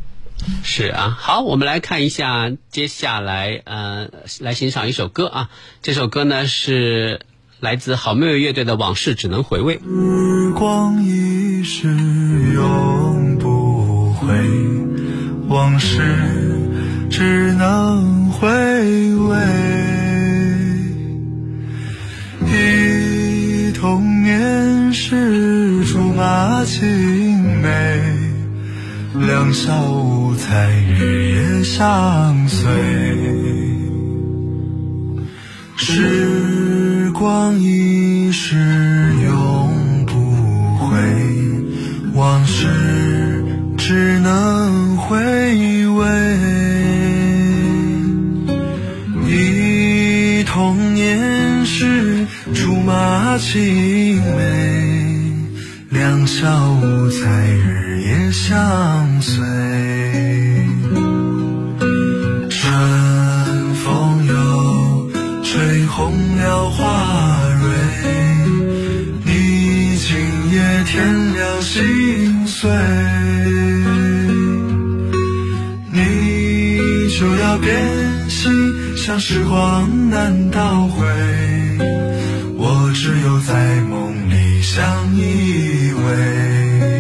是啊，好，我们来看一下接下来来欣赏一首歌啊。这首歌呢是来自好妹妹乐队的《往事只能回味》。 时光一逝永不回，往事只能回味。忆童年时竹马青梅，两小无猜日夜相随。时光一逝永不回，往事只能回味。忆童年时竹马青梅，两小无猜日夜相随。春风又吹红了花蕊，你今夜添了心碎，你就要变心，像时光难倒回，我只有在梦里相依偎。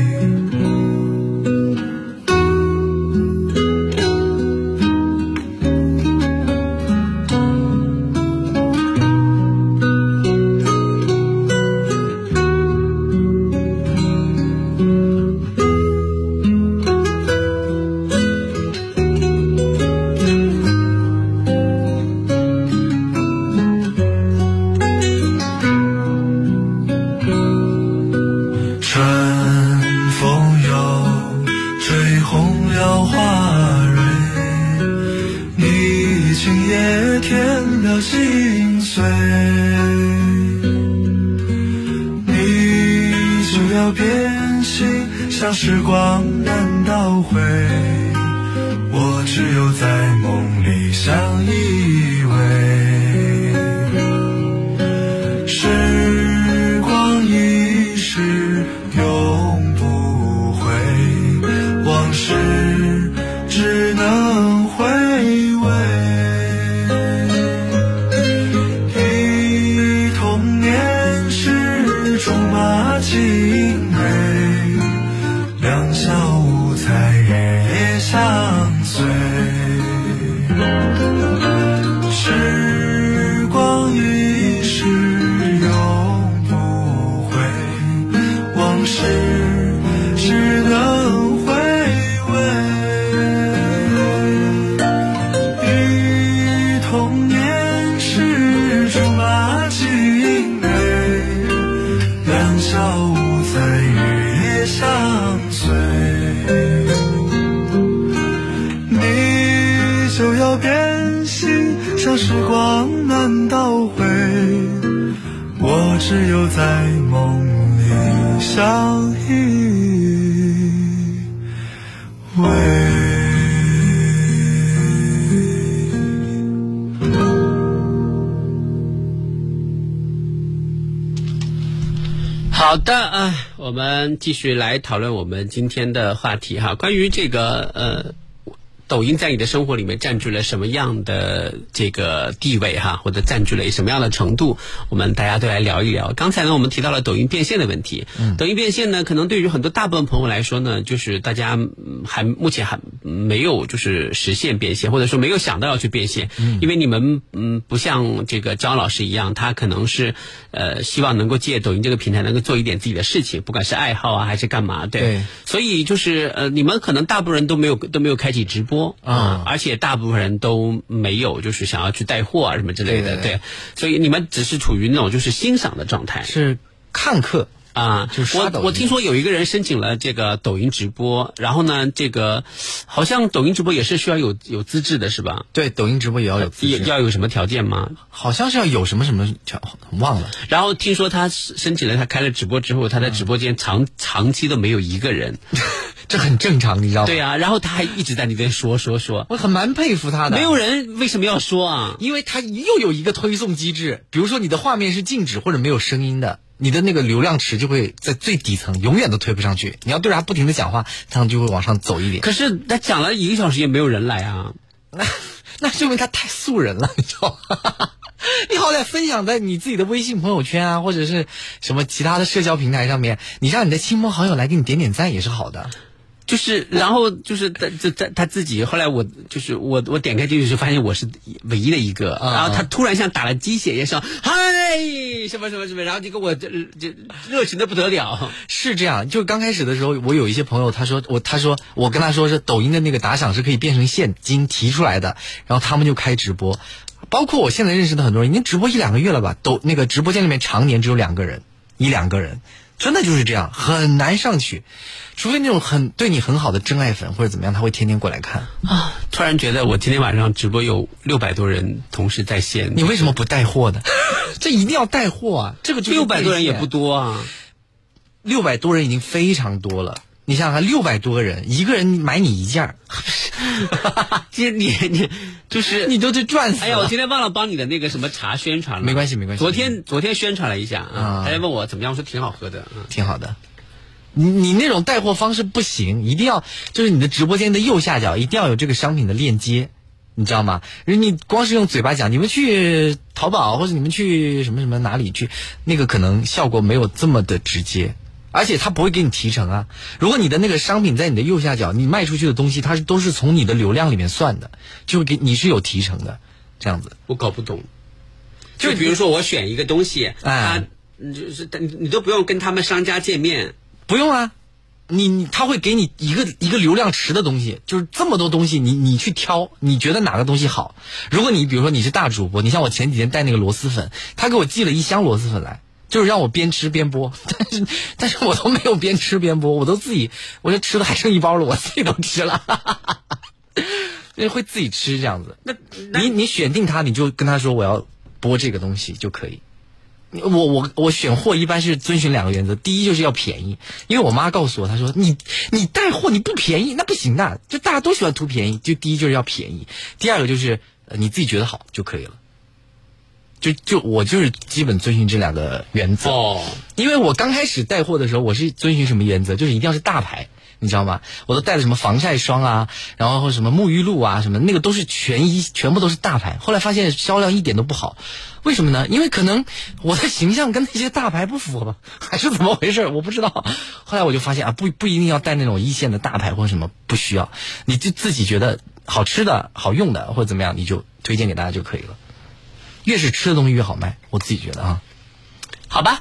像时光难倒回，我只有在梦里相依偎。时光一逝永不回，往事只能回味。忆童年时竹马青梅，两小无猜日夜相随。时光一逝永不回，往事只能回味。忆童年时竹马青梅，两小无猜日夜相随。你就要变心，像时光难倒回，我只有在梦里相依偎。 好的我们继续来讨论我们今天的话题哈，关于这个抖音在你的生活里面占据了什么样的这个地位哈，或者占据了什么样的程度，我们大家都来聊一聊。刚才呢我们提到了抖音变现的问题，抖音变现呢可能对于很多大部分朋友来说呢，就是大家目前还没有就是实现变现，或者说没有想到要去变现，因为你们不像这个张老师一样，他可能是希望能够借抖音这个平台能够做一点自己的事情，不管是爱好还是干嘛，对，所以就是你们可能大部分人都没有开启直播而且大部分人都没有就是想要去带货什么之类的，对，所以你们只是处于那种就是欣赏的状态， 是看客就是我听说有一个人申请了这个抖音直播，然后呢这个好像抖音直播也是需要有资质的是吧？ 对，抖音直播也要有资质。 要有什么条件吗？ 好像是要有什么忘了。 然后听说他申请了，他开了直播之后，他在直播间长期都没有一个人这很正常，你知道吗？ 对啊，然后他还一直在那边说， 我很蛮佩服他的。 没有人为什么要说啊？ 因为他又有一个推送机制，比如说你的画面是静止或者没有声音的，你的那个流量池就会在最底层，永远都推不上去。你要对着他不停的讲话，他就会往上走一点。 可是他讲了1个小时也没有人来啊， 那说明他太素人了，你知道吗？你好歹分享在你自己的微信朋友圈啊，或者是什么其他的社交平台上面，你让你的亲朋好友来给你点点赞也是好的。 就是，然后就是他自己，后来我点开进去就发现我是唯一的一个，然后他突然像打了鸡血一样，嗨，什么，然后就跟我这热情的不得了。 是这样，就刚开始的时候，我有一些朋友，他说我跟他说是抖音的那个打赏是可以变成现金提出来的，然后他们就开直播，包括我现在认识的很多人，已经直播1-2个月了吧，那个直播间里面常年只有2个人，1-2个人。真的就是这样，很难上去，除非那种对你很好的真爱粉或者怎么样，他会天天过来看啊。突然觉得我今天晚上直播有600多人同时在线， 你为什么不带货呢？这一定要带货啊！这个就是 600多人也不多啊 ，600多人已经非常多了。你想想看，600多个人，一个人买你1件， 其实你就是你都去赚死了。 哎呀，我今天忘了帮你的那个什么茶宣传了。 没关系。 昨天宣传了一下啊，大家问我怎么样，我说挺好喝的， 挺好的。你那种带货方式不行，一定要就是你的直播间的右下角一定要有这个商品的链接，你知道吗？你光是用嘴巴讲，你们去淘宝或者你们去什么什么哪里去，那个可能效果没有这么的直接。而且他不会给你提成啊！如果你的那个商品在你的右下角，你卖出去的东西，它都是从你的流量里面算的，就给你是有提成的，这样子。 我搞不懂，就比如说我选一个东西，就是你都不用跟他们商家见面， 不用啊，他会给你一个流量池的东西，就是这么多东西，你去挑，你觉得哪个东西好？如果你比如说你是大主播，你像我前几天带那个螺蛳粉，他给我寄了1箱螺蛳粉来。就是让我边吃边播，但是我都没有边吃边播，我这吃的还剩1包了，我自己都吃了，会自己吃这样子。那你选定他，你就跟他说我要播这个东西就可以。我选货一般是遵循2个原则，第一就是要便宜，因为我妈告诉我，她说你带货你不便宜那不行的，就大家都喜欢图便宜，就第一就是要便宜，第2个就是你自己觉得好就可以了。我就是基本遵循这2个原则因为我刚开始带货的时候，我是遵循什么原则，就是一定要是大牌，你知道吗？我都带了什么防晒霜啊，然后什么沐浴露啊，什么那个都是全部都是大牌。后来发现销量一点都不好，为什么呢？因为可能我的形象跟那些大牌不符合吧，还是怎么回事？我不知道。后来我就发现不一定要带那种1线的大牌或者什么，不需要，你就自己觉得好吃的好用的或者怎么样，你就推荐给大家就可以了。越是吃的东西越好卖，我自己觉得啊。 好吧，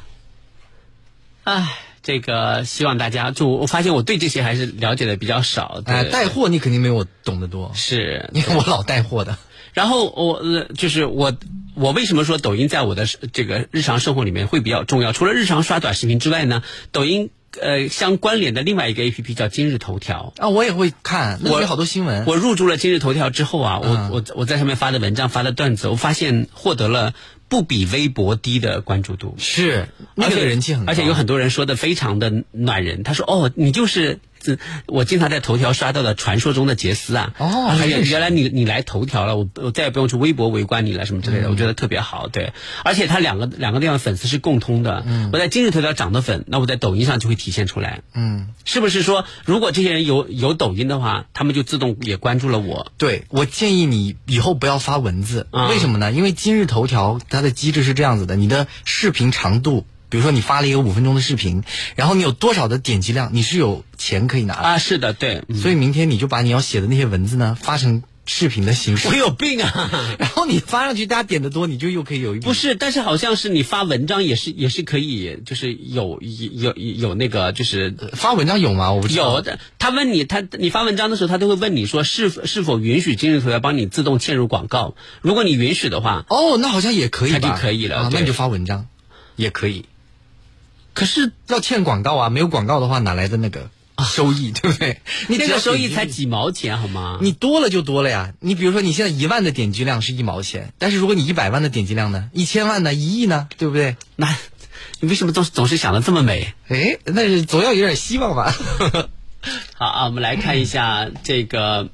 这个希望大家我发现我对这些还是了解的比较少。 带货你肯定没我懂得多， 是因为我老带货的。 然后我为什么说抖音在我的这个日常生活里面会比较重要？除了日常刷短视频之外呢，抖音相关联的另外一个 APP 叫今日头条啊，我也会看，那有好多新闻。 我入驻了今日头条之后啊，我在上面发的文章、发的段子，我发现获得了不比微博低的关注度， 是那个人气很高， 而且有很多人说的非常的暖人。他说你就是我经常在头条刷到的传说中的杰斯啊，原来你来头条了，我再也不用去微博围观你了什么之类的，我觉得特别好。对，而且他两个地方粉丝是共通的，我在今日头条涨的粉，那我在抖音上就会体现出来。是不是说如果这些人有抖音的话，他们就自动也关注了我？ 对，我建议你以后不要发文字，为什么呢？因为今日头条它的机制是这样子的，你的视频长度，比如说你发了一个5分钟的视频，然后你有多少的点击量，你是有钱可以拿的啊。是的，对。 所以明天你就把你要写的那些文字呢发成视频的形式。 我有病啊！ 然后你发上去，大家点的多，你就又可以有一笔。 不是，但是好像是你发文章也是可以，就是有那个就是发文章有吗？我不知道。 有的，他问你你发文章的时候，他都会问你说是否允许今日头条帮你自动嵌入广告。如果你允许的话， 那好像也可以吧， 它就可以了。 那你就发文章也可以。 可是要嵌广告啊，没有广告的话哪来的那个收益，对不对？ 你这个收益才几毛钱好吗？ 你多了就多了呀。你比如说你现在1万的点击量是1毛钱，但是如果你100万的点击量呢，1000万呢，1亿呢，对不对？ 那你为什么总是想的这么美？ 那是总要有点希望吧。 好啊，我们来看一下这个。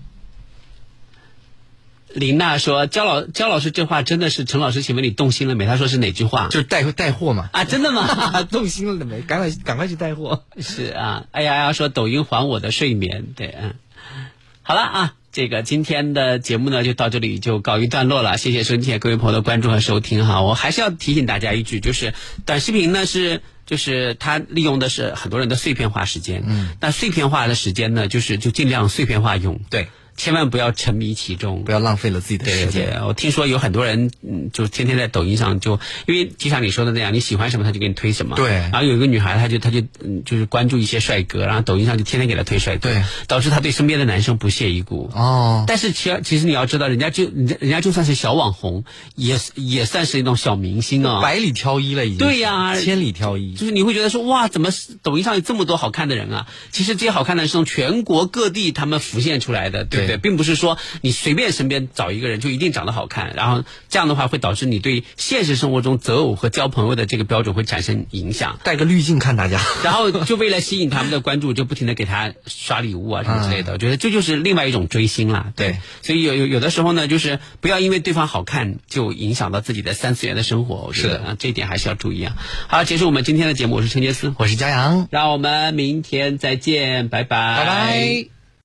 林娜说：“焦老师这话真的是陈老师，请问你动心了没？”他说是哪句话？ 就是带货嘛。 啊，真的吗？ 动心了没？赶快去带货。 是啊，哎呀，说抖音还我的睡眠。对，好了啊，这个今天的节目呢就到这里就告一段落了。谢谢收听各位朋友的关注和收听哈。我还是要提醒大家一句，就是短视频呢就是它利用的是很多人的碎片化时间。那碎片化的时间呢，就尽量碎片化用。 对。 千万不要沉迷其中， 不要浪费了自己的时间。 对，我听说有很多人，就天天在抖音上因为就像你说的那样，你喜欢什么他就给你推什么。 对。 然后有一个女孩，她就是关注一些帅哥，然后抖音上就天天给他推帅哥， 对， 导致她对身边的男生不屑一顾。 哦。 但是其实你要知道，人家就算是小网红，也算是一种小明星啊， 百里挑一了已经。 对呀， 千里挑一。 就是你会觉得说，哇，怎么抖音上有这么多好看的人啊？其实这些好看的人是从全国各地他们浮现出来的，对不对？并不是说你随便身边找一个人就一定长得好看，然后这样的话会导致你对现实生活中择偶和交朋友的这个标准会产生影响。 带个滤镜看大家， 然后就为了吸引他们的关注，就不停的给他刷礼物啊什么之类的。我觉得这就是另外一种追星啦。对，所以有的时候呢，就是不要因为对方好看就影响到自己的3次元的生活。我觉得这一点还是要注意啊。好，结束我们今天的节目，我是陈杰斯， 我是嘉阳， 让我们明天再见，拜拜， 拜拜。